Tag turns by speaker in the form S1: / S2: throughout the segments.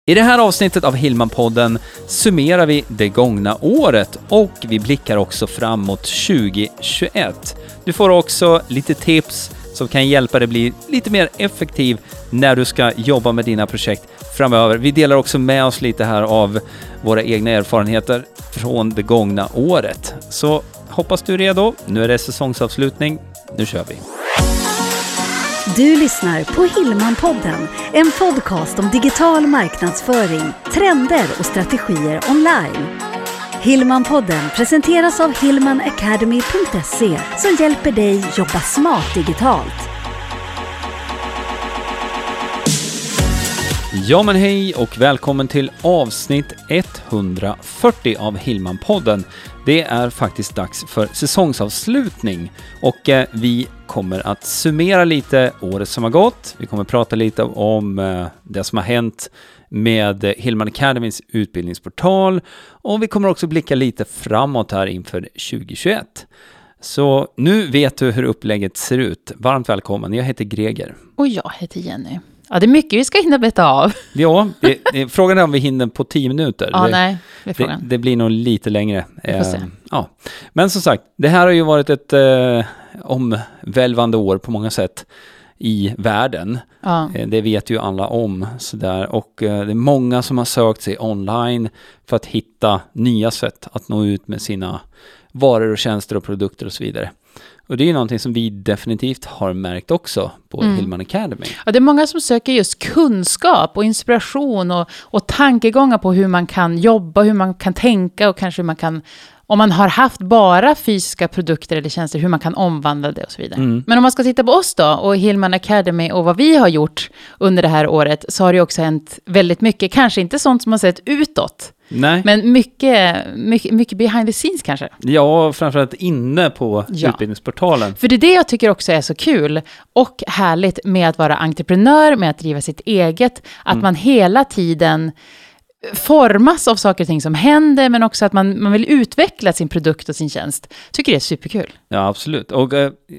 S1: I det här avsnittet av Hillman-podden summerar vi det gångna året och vi blickar också framåt 2021. Du får också lite tips som kan hjälpa dig bli lite mer effektiv när du ska jobba med dina projekt framöver. Vi delar också med oss lite här av våra egna erfarenheter från det gångna året. Så hoppas du är redo. Nu är det säsongsavslutning. Nu kör vi.
S2: Du lyssnar på Hillman-podden, en podcast om digital marknadsföring, trender och strategier online. Hillman-podden presenteras av hillmanacademy.se som hjälper dig jobba smart digitalt.
S1: Ja men hej och välkommen till avsnitt 140 av Hillman-podden. Det är faktiskt dags för säsongsavslutning och vi kommer att summera lite året som har gått. Vi kommer att prata lite om det som har hänt med Hillman Academys utbildningsportal och vi kommer också blicka lite framåt här inför 2021. Så nu vet du hur upplägget ser ut. Varmt välkommen, jag heter Greger.
S3: Och jag heter Jenny. Ja, det är mycket vi ska hinna beta av.
S1: Ja, frågan är om vi hinner på 10 minuter.
S3: Ja, nej, det är frågan.
S1: Det blir nog lite längre.
S3: Vi får se.
S1: Ja. Men som sagt, det här har ju varit ett omvälvande år på många sätt i världen. Ja. Det vet ju alla om. Sådär. Och det är många som har sökt sig online för att hitta nya sätt att nå ut med sina varor och tjänster och produkter och så vidare. Och det är ju någonting som vi definitivt har märkt också på Hillman Academy.
S3: Ja, det är många som söker just kunskap och inspiration och tankegångar på hur man kan jobba, hur man kan tänka och kanske hur man kan, om man har haft bara fysiska produkter eller tjänster, hur man kan omvandla det och så vidare. Men om man ska titta på oss då och Hillman Academy och vad vi har gjort under det här året så har det också hänt väldigt mycket. Kanske inte sånt som har sett utåt. Nej. Men mycket behind the scenes kanske.
S1: Ja, framförallt inne på utbildningsportalen.
S3: För det är det jag tycker också är så kul och härligt med att vara entreprenör, med att driva sitt eget. Att man hela tiden formas av saker och ting som händer, men också att man vill utveckla sin produkt och sin tjänst. Tycker det är superkul.
S1: Ja, absolut. Och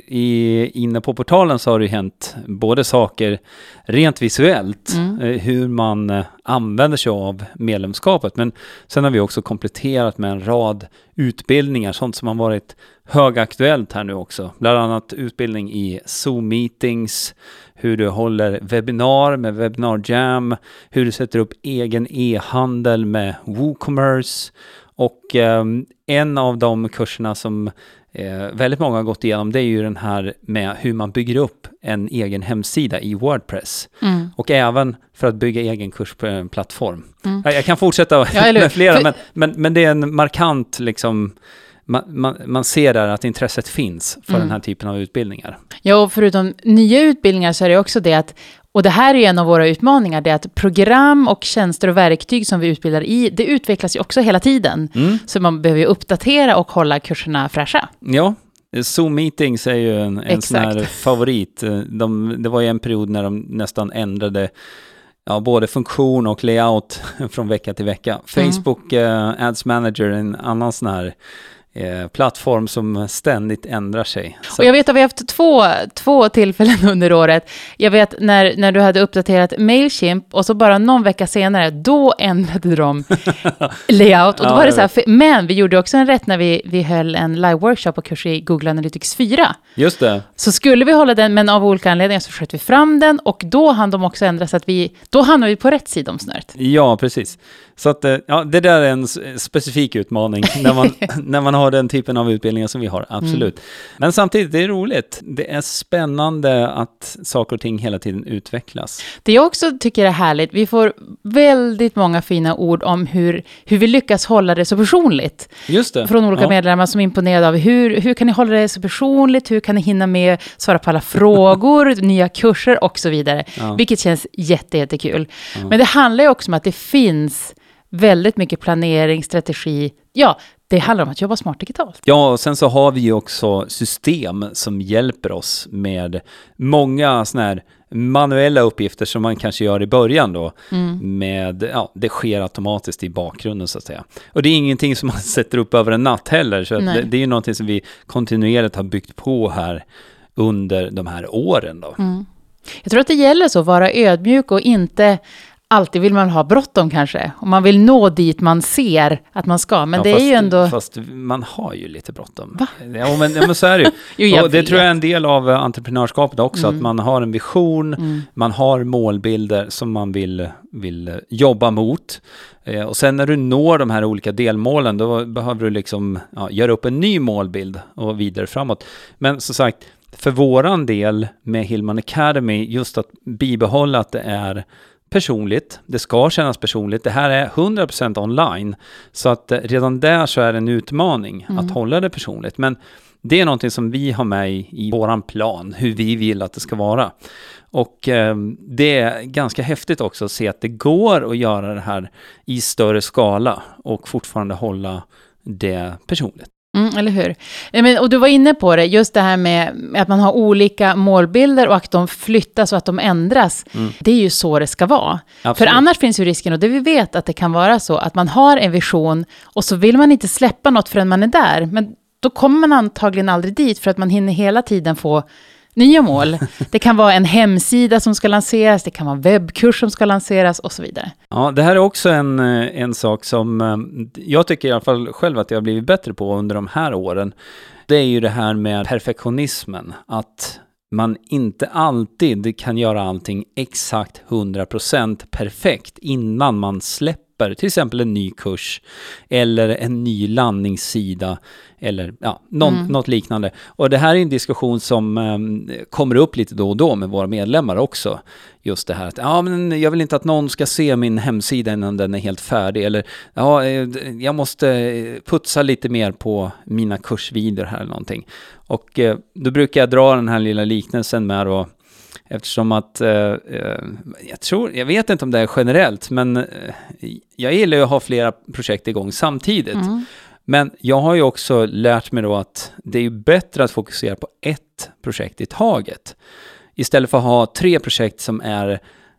S1: inne på portalen så har det hänt både saker rent visuellt, hur man använder sig av medlemskapet, men sen har vi också kompletterat med en rad utbildningar, sånt som har varit högaktuellt här nu också. Bland annat utbildning i Zoom-meetings, hur du håller webbinar med Webinar Jam, hur du sätter upp egen e-handel med WooCommerce och en av de kurserna som väldigt många har gått igenom, det är ju den här med hur man bygger upp en egen hemsida i WordPress. Och även för att bygga egen kurs på en plattform. Jag kan fortsätta med flera, men det är en markant liksom, man ser där att intresset finns för den här typen av utbildningar.
S3: Ja, och förutom nya utbildningar så är det också det att, och det här är en av våra utmaningar, det är att program och tjänster och verktyg som vi utbildar i, det utvecklas ju också hela tiden. Så man behöver ju uppdatera och hålla kurserna fräscha.
S1: Ja, Zoom-meetings är ju en sån här favorit. Det var ju en period när de nästan ändrade både funktion och layout från vecka till vecka. Facebook Ads Manager är en annan sån här plattform som ständigt ändrar sig. Så.
S3: Och jag vet att vi har haft två tillfällen under året. Jag vet när du hade uppdaterat Mailchimp och så bara någon vecka senare, då ändrade de layout. Och då var det så här, men vi gjorde också en rätt när vi höll en live-workshop och kurs i Google Analytics 4.
S1: Just det.
S3: Så skulle vi hålla den, men av olika anledningar så sköt vi fram den och då hann de också ändra så att då hamnade vi på rätt sida om snöret.
S1: Ja, precis. Så att, det där är en specifik utmaning när man har den typen av utbildningar som vi har, absolut. Men samtidigt, det är roligt. Det är spännande att saker och ting hela tiden utvecklas.
S3: Det jag också tycker är härligt, vi får väldigt många fina ord om hur vi lyckas hålla det så personligt.
S1: Just det.
S3: Från olika medlemmar som är imponerade av hur kan ni hålla det så personligt, hur kan ni hinna med svara på alla frågor, nya kurser och så vidare. Vilket känns jättekul. Men det handlar ju också om att det finns väldigt mycket planering, strategi. Ja, det handlar om att jobba smart digitalt.
S1: Ja, och sen så har vi ju också system som hjälper oss med många såna här manuella uppgifter som man kanske gör i början då. Det sker automatiskt i bakgrunden så att säga. Och det är ingenting som man sätter upp över en natt heller. Så att det är ju någonting som vi kontinuerligt har byggt på här under de här åren då.
S3: Jag tror att det gäller så, vara ödmjuk och inte alltid vill man ha bråttom kanske. Och man vill nå dit man ser att man ska. Men det är ju ändå...
S1: Fast man har ju lite bråttom.
S3: Va?
S1: Ja, men så är det ju.
S3: Jo,
S1: och det tror jag är en del av entreprenörskapet också. Att man har en vision, man har målbilder som man vill jobba mot. Och sen när du når de här olika delmålen, då behöver du liksom göra upp en ny målbild och vidare framåt. Men som sagt, för våran del med Hillman Academy, just att bibehålla att det är personligt, det ska kännas personligt. Det här är 100% online, så att redan där så är det en utmaning att hålla det personligt. Men det är någonting som vi har med i våran plan, hur vi vill att det ska vara. Och det är ganska häftigt också att se att det går att göra det här i större skala och fortfarande hålla det personligt.
S3: Eller hur? Och du var inne på det, just det här med att man har olika målbilder och att de flyttas och att de ändras. Det är ju så det ska vara.
S1: Absolut.
S3: För annars finns ju risken, och det vi vet att det kan vara så, att man har en vision och så vill man inte släppa något förrän man är där. Men då kommer man antagligen aldrig dit, för att man hinner hela tiden få nya mål. Det kan vara en hemsida som ska lanseras, det kan vara en webbkurs som ska lanseras och så vidare.
S1: Ja, det här är också en sak som jag tycker i alla fall själv att jag har blivit bättre på under de här åren. Det är ju det här med perfektionismen. Att man inte alltid kan göra allting exakt 100% perfekt innan man släpper till exempel en ny kurs eller en ny landningssida eller något liknande. Och det här är en diskussion som kommer upp lite då och då med våra medlemmar också. Just det här att men jag vill inte att någon ska se min hemsida innan den är helt färdig. Eller jag måste putsa lite mer på mina kursvideor här eller någonting. Och då brukar jag dra den här lilla liknelsen med då, eftersom att jag vet inte om det är generellt, men jag gillar ju att ha flera projekt igång samtidigt. Men jag har ju också lärt mig då att det är ju bättre att fokusera på ett projekt i taget. Istället för att ha 3 projekt som är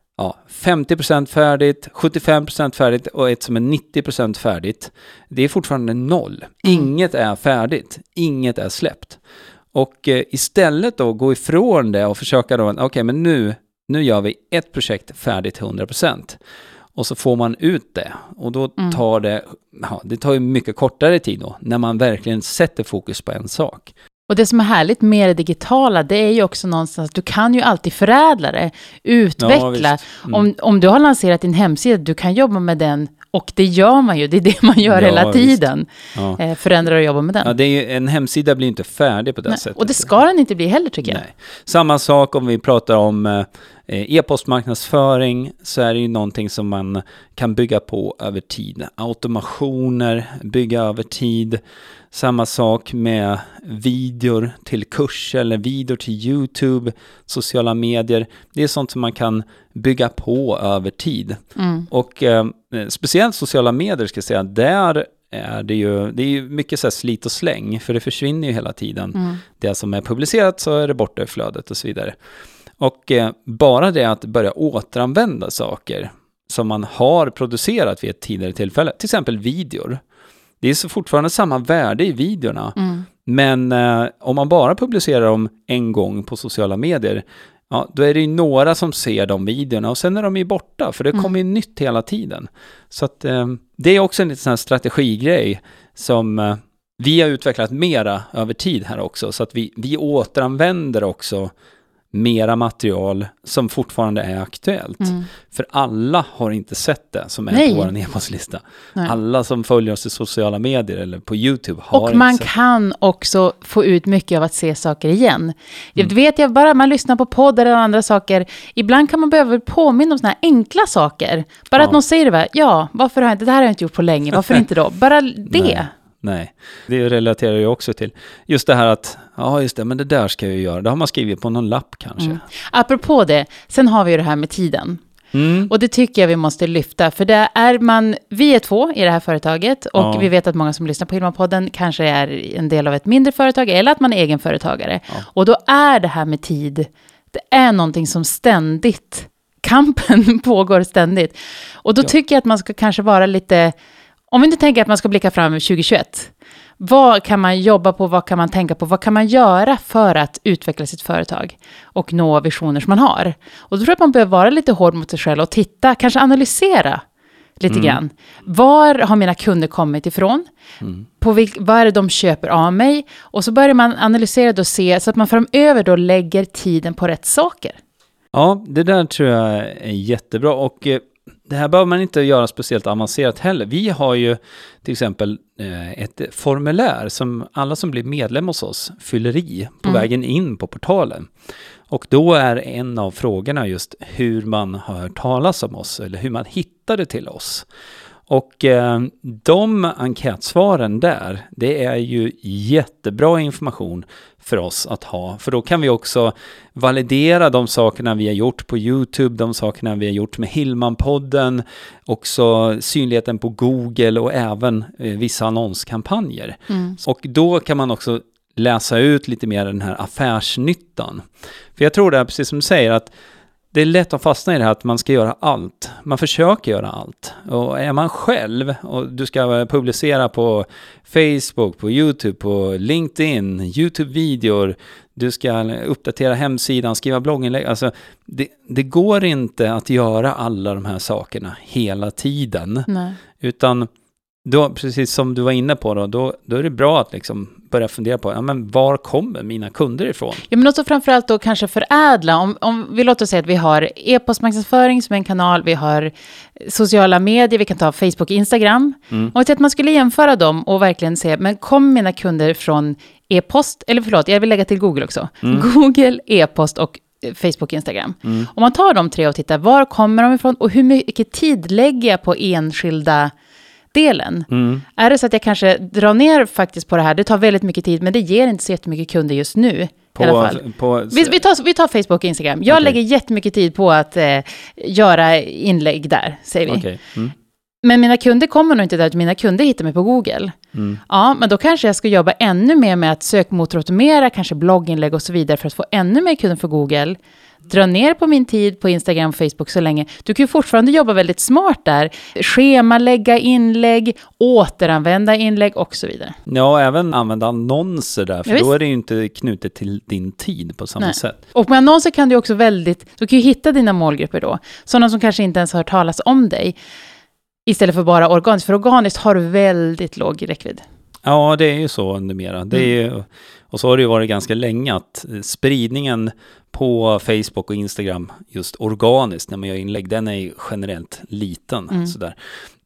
S1: 50% färdigt, 75% färdigt och ett som är 90% färdigt. Det är fortfarande 0. Inget är färdigt, inget är släppt. Och istället då gå ifrån det och försöka då, men nu gör vi ett projekt färdigt till 100%. Och så får man ut det. Och då tar det tar ju mycket kortare tid då, när man verkligen sätter fokus på en sak.
S3: Och det som är härligt med det digitala, det är ju också någonstans att du kan ju alltid förädla det, utveckla. Om du har lanserat din hemsida, du kan jobba med den, och det gör man ju, det är det man gör hela tiden. Förändrar och jobba med den.
S1: Ja, det är en hemsida blir inte färdig på det sättet.
S3: Och det ska den inte bli heller, tycker jag.
S1: Nej. Samma sak om vi pratar om e-postmarknadsföring, så är det ju någonting som man kan bygga på över tid. Automationer, bygga över tid. Samma sak med videor till kurser eller videor till YouTube, sociala medier. Det är sånt som man kan bygga på över tid. Och speciellt sociala medier ska jag säga, där är det är ju mycket så här slit och släng, för det försvinner ju hela tiden. Det som är publicerat så är det borta i flödet och så vidare. Och bara det att börja återanvända saker som man har producerat vid ett tidigare tillfälle, till exempel videor. Det är så fortfarande samma värde i videorna. Men om man bara publicerar dem en gång på sociala medier, då är det ju några som ser de videorna och sen är de ju borta, för det kommer ju nytt hela tiden. Så att det är också en liten sån här strategigrej som vi har utvecklat mera över tid här också, så att vi återanvänder också mera material som fortfarande är aktuellt. För alla har inte sett det som är på vår e-postlista. Alla som följer oss i sociala medier eller på YouTube har inte sett. Och
S3: man kan också få ut mycket av att se saker igen. Jag vet bara man lyssnar på poddar eller andra saker. Ibland kan man behöva påminna om såna här enkla saker. Bara att någon säger det, varför har jag inte, det här har jag inte gjort på länge. Varför inte då? Bara det.
S1: Nej, det relaterar ju också till just det här att, just det, men det där ska jag ju göra. Det har man skrivit på någon lapp kanske.
S3: Apropå det, sen har vi ju det här med tiden. Och det tycker jag vi måste lyfta. För vi är 2 i det här företaget. Och vi vet att många som lyssnar på Hillman-podden kanske är en del av ett mindre företag. Eller att man är egenföretagare. Och då är det här med tid, det är någonting som ständigt, kampen pågår ständigt. Och då tycker jag att man ska kanske vara lite... Om vi inte tänker att man ska blicka fram 2021, vad kan man jobba på, vad kan man tänka på, vad kan man göra för att utveckla sitt företag och nå visioner som man har? Och då tror jag att man behöver vara lite hård mot sig själv och titta, kanske analysera lite grann. Var har mina kunder kommit ifrån? Vad är det de köper av mig? Och så börjar man analysera och se så att man framöver då lägger tiden på rätt saker.
S1: Ja, det där tror jag är jättebra, och det här behöver man inte göra speciellt avancerat heller. Vi har ju till exempel ett formulär som alla som blir medlem hos oss fyller i på vägen in på portalen. Och då är en av frågorna just hur man har hört talas om oss eller hur man hittade till oss. Och de enkätsvaren där, det är ju jättebra information för oss att ha. För då kan vi också validera de sakerna vi har gjort på YouTube, de sakerna vi har gjort med Hillman-podden, också synligheten på Google och även vissa annonskampanjer. Och då kan man också läsa ut lite mer den här affärsnyttan. För jag tror det är precis som du säger att det är lätt att fastna i det här att man ska göra allt. Man försöker göra allt. Och är man själv och du ska publicera på Facebook, på YouTube, på LinkedIn, YouTube-videor, du ska uppdatera hemsidan, skriva blogginlägg. Alltså, det går inte att göra alla de här sakerna hela tiden.
S3: Nej.
S1: Utan då, precis som du var inne på då är det bra att liksom börja fundera på, men var kommer mina kunder ifrån? Ja,
S3: men också framförallt då kanske förädla. Om vi låter säga att vi har e-postmarknadsföring som en kanal, vi har sociala medier, vi kan ta Facebook, Instagram. Och att man skulle jämföra dem och verkligen se, men kommer mina kunder från e-post, eller förlåt, jag vill lägga till Google också. Google, e-post och Facebook, Instagram. Om man tar de tre och tittar, var kommer de ifrån och hur mycket tid lägger jag på enskilda delen. Är det så att jag kanske drar ner faktiskt på det här, det tar väldigt mycket tid, men det ger inte så jättemycket kunder just nu i alla fall. Vi tar Facebook och Instagram. Jag lägger jättemycket tid på att göra inlägg där, säger vi.
S1: Okay.
S3: Men mina kunder kommer nog inte där, mina kunder hittar mig på Google. Ja, men då kanske jag ska jobba ännu mer med att sökmotoroptimera, kanske blogginlägg och så vidare för att få ännu mer kunder för Google. Dra ner på min tid på Instagram och Facebook så länge. Du kan ju fortfarande jobba väldigt smart där. Schemalägga inlägg, återanvända inlägg och så vidare.
S1: Ja, även använda annonser där. För då är det ju inte knutet till din tid på samma sätt.
S3: Och med annonser kan du också du kan ju hitta dina målgrupper då. Sådana som kanske inte ens har hört talas om dig. Istället för bara organiskt. För organiskt har du väldigt låg räckvidd.
S1: Ja, det är ju så numera. Det är ju, och så har det ju varit ganska länge att spridningen på Facebook och Instagram just organiskt när man gör inlägg, den är ju generellt liten. Sådär.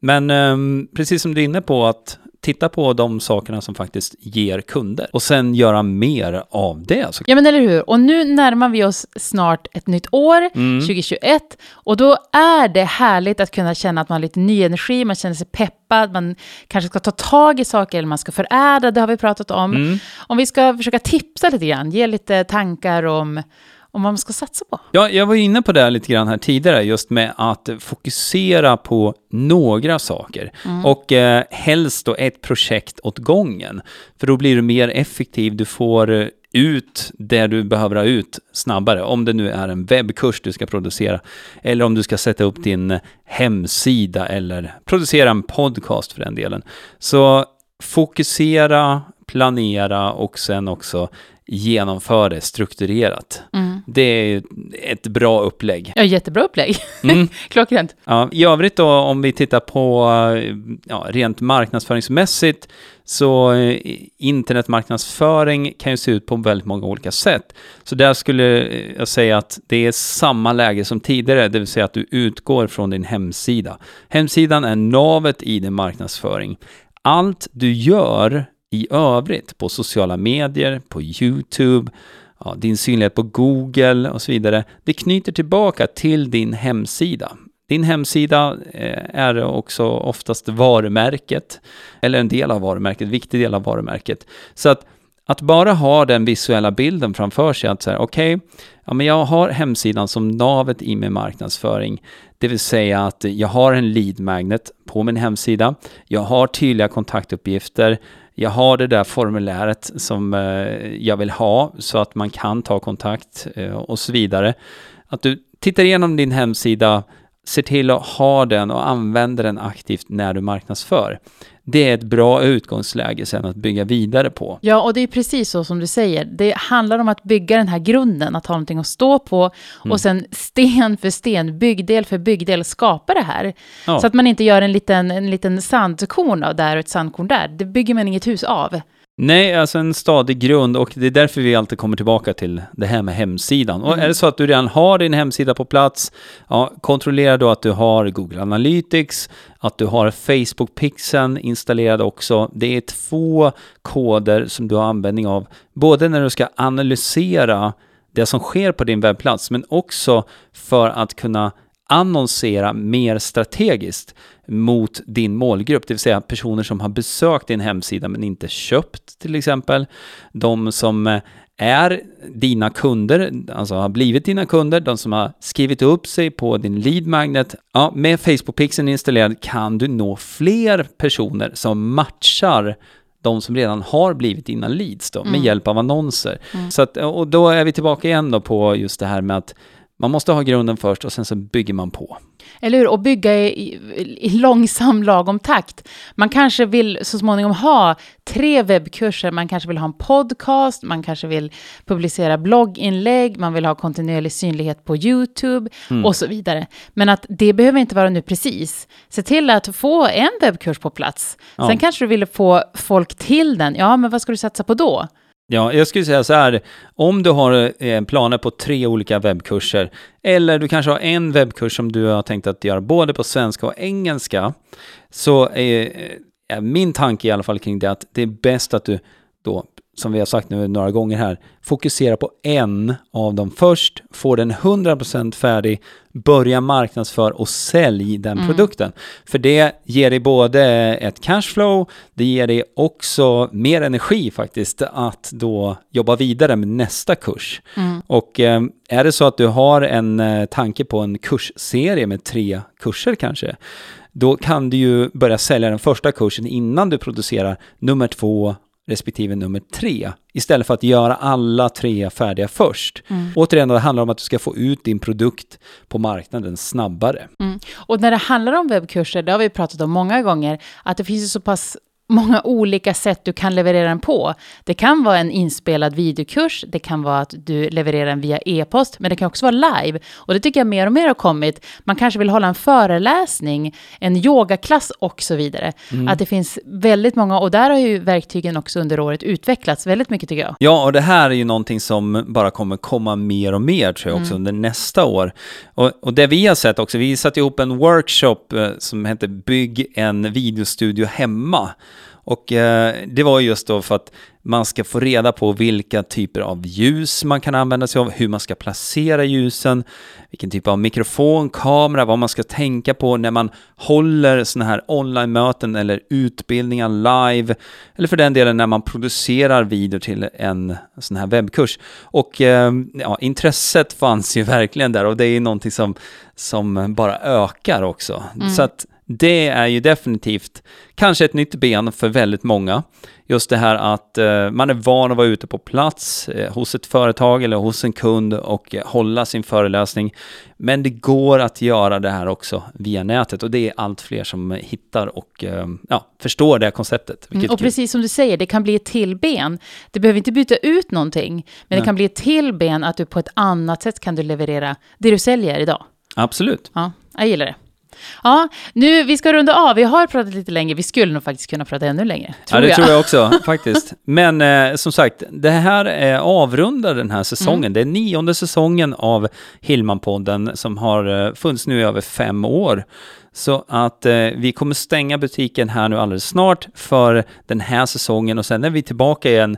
S1: Men precis som du är inne på, att titta på de sakerna som faktiskt ger kunder och sen göra mer av det. Alltså.
S3: Ja, men eller hur? Och nu närmar vi oss snart ett nytt år, 2021, och då är det härligt att kunna känna att man har lite ny energi, man känner sig peppad, man kanske ska ta tag i saker eller man ska förädla, det har vi pratat om. Om vi ska försöka tipsa lite grann, ge lite tankar om vad man ska satsa på. Ja,
S1: jag var inne på det lite grann här tidigare, just med att fokusera på några saker. Och helst då ett projekt åt gången. För då blir du mer effektiv, du får ut det du behöver ha ut snabbare. Om det nu är en webbkurs du ska producera, eller om du ska sätta upp din hemsida, eller producera en podcast för den delen. Så fokusera, planera och sen också genomför det strukturerat. Det är ett bra upplägg.
S3: Ja, jättebra upplägg. Klockrent.
S1: Ja, i övrigt då, om vi tittar på rent marknadsföringsmässigt, så internetmarknadsföring kan ju se ut på väldigt många olika sätt. Så där skulle jag säga att det är samma läge som tidigare, det vill säga att du utgår från din hemsida. Hemsidan är navet i din marknadsföring. Allt du gör i övrigt på sociala medier, på YouTube, din synlighet på Google och så vidare, det knyter tillbaka till din hemsida. Din hemsida är också oftast varumärket, eller en del av varumärket, viktig del av varumärket. Så att bara ha den visuella bilden framför sig, att säga men jag har hemsidan som navet i min marknadsföring. Det vill säga att jag har en lead magnet på min hemsida, jag har tydliga kontaktuppgifter, jag har det där formuläret som jag vill ha så att man kan ta kontakt och så vidare. Att du tittar igenom din hemsida, ser till att ha den och använda den aktivt när du marknadsför. Det är ett bra utgångsläge sen att bygga vidare på.
S3: Ja, och det är precis så som du säger. Det handlar om att bygga den här grunden, att ha någonting att stå på och sen sten för sten, byggdel för byggdel skapa det här. Ja. Så att man inte gör en liten sandkorn av där och ett sandkorn där. Det bygger man inget hus av.
S1: Nej, alltså en stadig grund, och det är därför vi alltid kommer tillbaka till det här med hemsidan. Och är det så att du redan har din hemsida på plats, kontrollera då att du har Google Analytics, att du har Facebook-pixeln installerad också. Det är 2 koder som du har användning av, både när du ska analysera det som sker på din webbplats, men också för att kunna annonsera mer strategiskt mot din målgrupp, det vill säga personer som har besökt din hemsida men inte köpt till exempel. De som är dina kunder, alltså har blivit dina kunder, de som har skrivit upp sig på din lead magnet. Ja, med Facebook-pixeln installerad kan du nå fler personer som matchar de som redan har blivit dina leads då, med hjälp av annonser. Så att, och då är vi tillbaka igen då på just det här med att man måste ha grunden först och sen så bygger man på.
S3: Eller hur? Och bygga i långsam lagom takt. Man kanske vill så småningom ha 3 webbkurser. Man kanske vill ha en podcast. Man kanske vill publicera blogginlägg. Man vill ha kontinuerlig synlighet på YouTube och så vidare. Men att det behöver inte vara nu precis. Se till att få en webbkurs på plats. Ja. Sen kanske du vill få folk till den. Ja, men vad ska du satsa på då?
S1: Ja, jag skulle säga så här, om du har planer på 3 olika webbkurser, eller du kanske har en webbkurs som du har tänkt att göra både på svenska och engelska, så är min tanke i alla fall kring det att det är bäst att du då, som vi har sagt nu några gånger här, fokusera på en av dem först, får den 100% färdig, börja marknadsför och sälj den produkten. För det ger dig både ett cashflow, det ger dig också mer energi faktiskt att då jobba vidare med nästa kurs. Och är det så att du har en tanke på en kursserie med 3 kurser kanske, då kan du ju börja sälja den första kursen innan du producerar nummer 2 respektive nummer 3, istället för att göra alla 3 färdiga först. Återigen, det handlar om att du ska få ut din produkt på marknaden snabbare.
S3: Och när det handlar om webbkurser, det har vi pratat om många gånger, att det finns ju så pass många olika sätt du kan leverera den på. Det kan vara en inspelad videokurs, det kan vara att du levererar den via e-post, men det kan också vara live. Och det tycker jag mer och mer har kommit. Man kanske vill hålla en föreläsning, en yogaklass och så vidare. Att det finns väldigt många, och där har ju verktygen också under året utvecklats väldigt mycket tycker jag.
S1: Ja, och det här är ju någonting som bara kommer komma mer och mer tror jag också under nästa år. Och det vi har sett också, vi satte ihop en workshop som heter Bygg en videostudio hemma. Och det var just då för att man ska få reda på vilka typer av ljus man kan använda sig av, hur man ska placera ljusen, vilken typ av mikrofon, kamera, vad man ska tänka på när man håller såna här online-möten eller utbildningar live, eller för den delen när man producerar video till en sån här webbkurs. Och intresset fanns ju verkligen där, och det är någonting som bara ökar också. Så att det är ju definitivt kanske ett nytt ben för väldigt många. Just det här att man är van att vara ute på plats hos ett företag eller hos en kund och hålla sin föreläsning. Men det går att göra det här också via nätet, och det är allt fler som hittar och förstår det här konceptet.
S3: Och precis som du säger, det kan bli ett tillben. Det behöver inte byta ut någonting, men det kan bli ett tillben att du på ett annat sätt kan du leverera det du säljer idag.
S1: Absolut.
S3: Ja, jag gillar det. Ja, nu vi ska runda av. Vi har pratat lite längre. Vi skulle nog faktiskt kunna prata ännu längre.
S1: Tror jag också faktiskt. Men som sagt, det här avrundar den här säsongen. Det är 9:e säsongen av Hillman-podden som har funnits nu i över 5 år. Så att vi kommer stänga butiken här nu alldeles snart för den här säsongen, och sen är vi tillbaka igen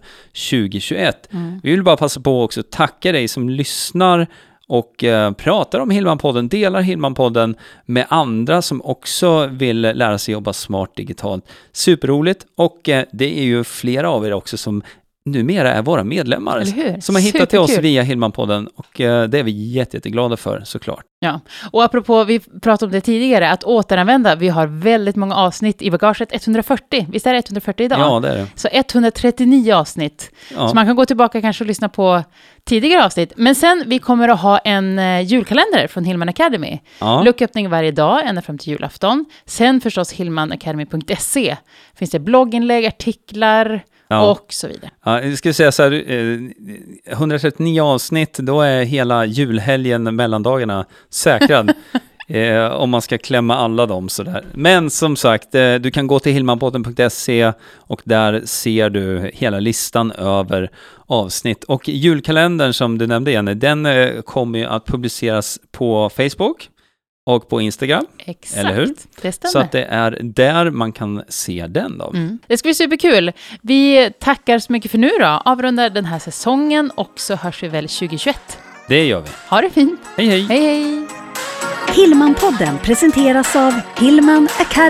S1: 2021. Vi vill bara passa på också att tacka dig som lyssnar och pratar om Hillman-podden, delar Hillman-podden med andra som också vill lära sig jobba smart digitalt. Superroligt, och det är ju flera av er också som numera är våra medlemmar.
S3: Eller hur?
S1: Som har hittat till oss
S3: Superkul.
S1: via Hillman-podden och det är vi jätteglada för såklart.
S3: Ja, och apropå, vi pratade om det tidigare, att återanvända, vi har väldigt många avsnitt i bagaget, 140, visst är det 140 idag?
S1: Ja, det är det.
S3: Så 139 avsnitt.
S1: Ja.
S3: Så man kan gå tillbaka kanske och lyssna på tidigare avsnitt. Men sen, vi kommer att ha en julkalender från Hillman Academy.
S1: Ja.
S3: Lucköppning varje dag, ända fram till julafton. Sen förstås hillmanacademy.se. Finns det blogginlägg, artiklar och så vidare.
S1: Ja, jag skulle säga så här, 139 avsnitt, då är hela julhelgen, mellandagarna säkrad. Om man ska klämma alla dem sådär. Men som sagt, du kan gå till hillmanpodden.se och där ser du hela listan över avsnitt. Och julkalendern som du nämnde, Jenny, den kommer ju att publiceras på Facebook och på Instagram.
S3: Exakt,
S1: eller hur?
S3: Det stämmer.
S1: Så att det är där man kan se den då.
S3: Det ska bli superkul. Vi tackar så mycket för nu då. Avrundar den här säsongen och så hörs vi väl 2021.
S1: Det gör vi.
S3: Ha det fint.
S1: Hej hej!
S3: Hej hej!
S2: Hillman-podden presenteras av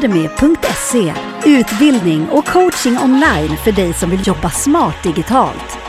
S2: hillmanacademy.se. Utbildning och coaching online för dig som vill jobba smart digitalt.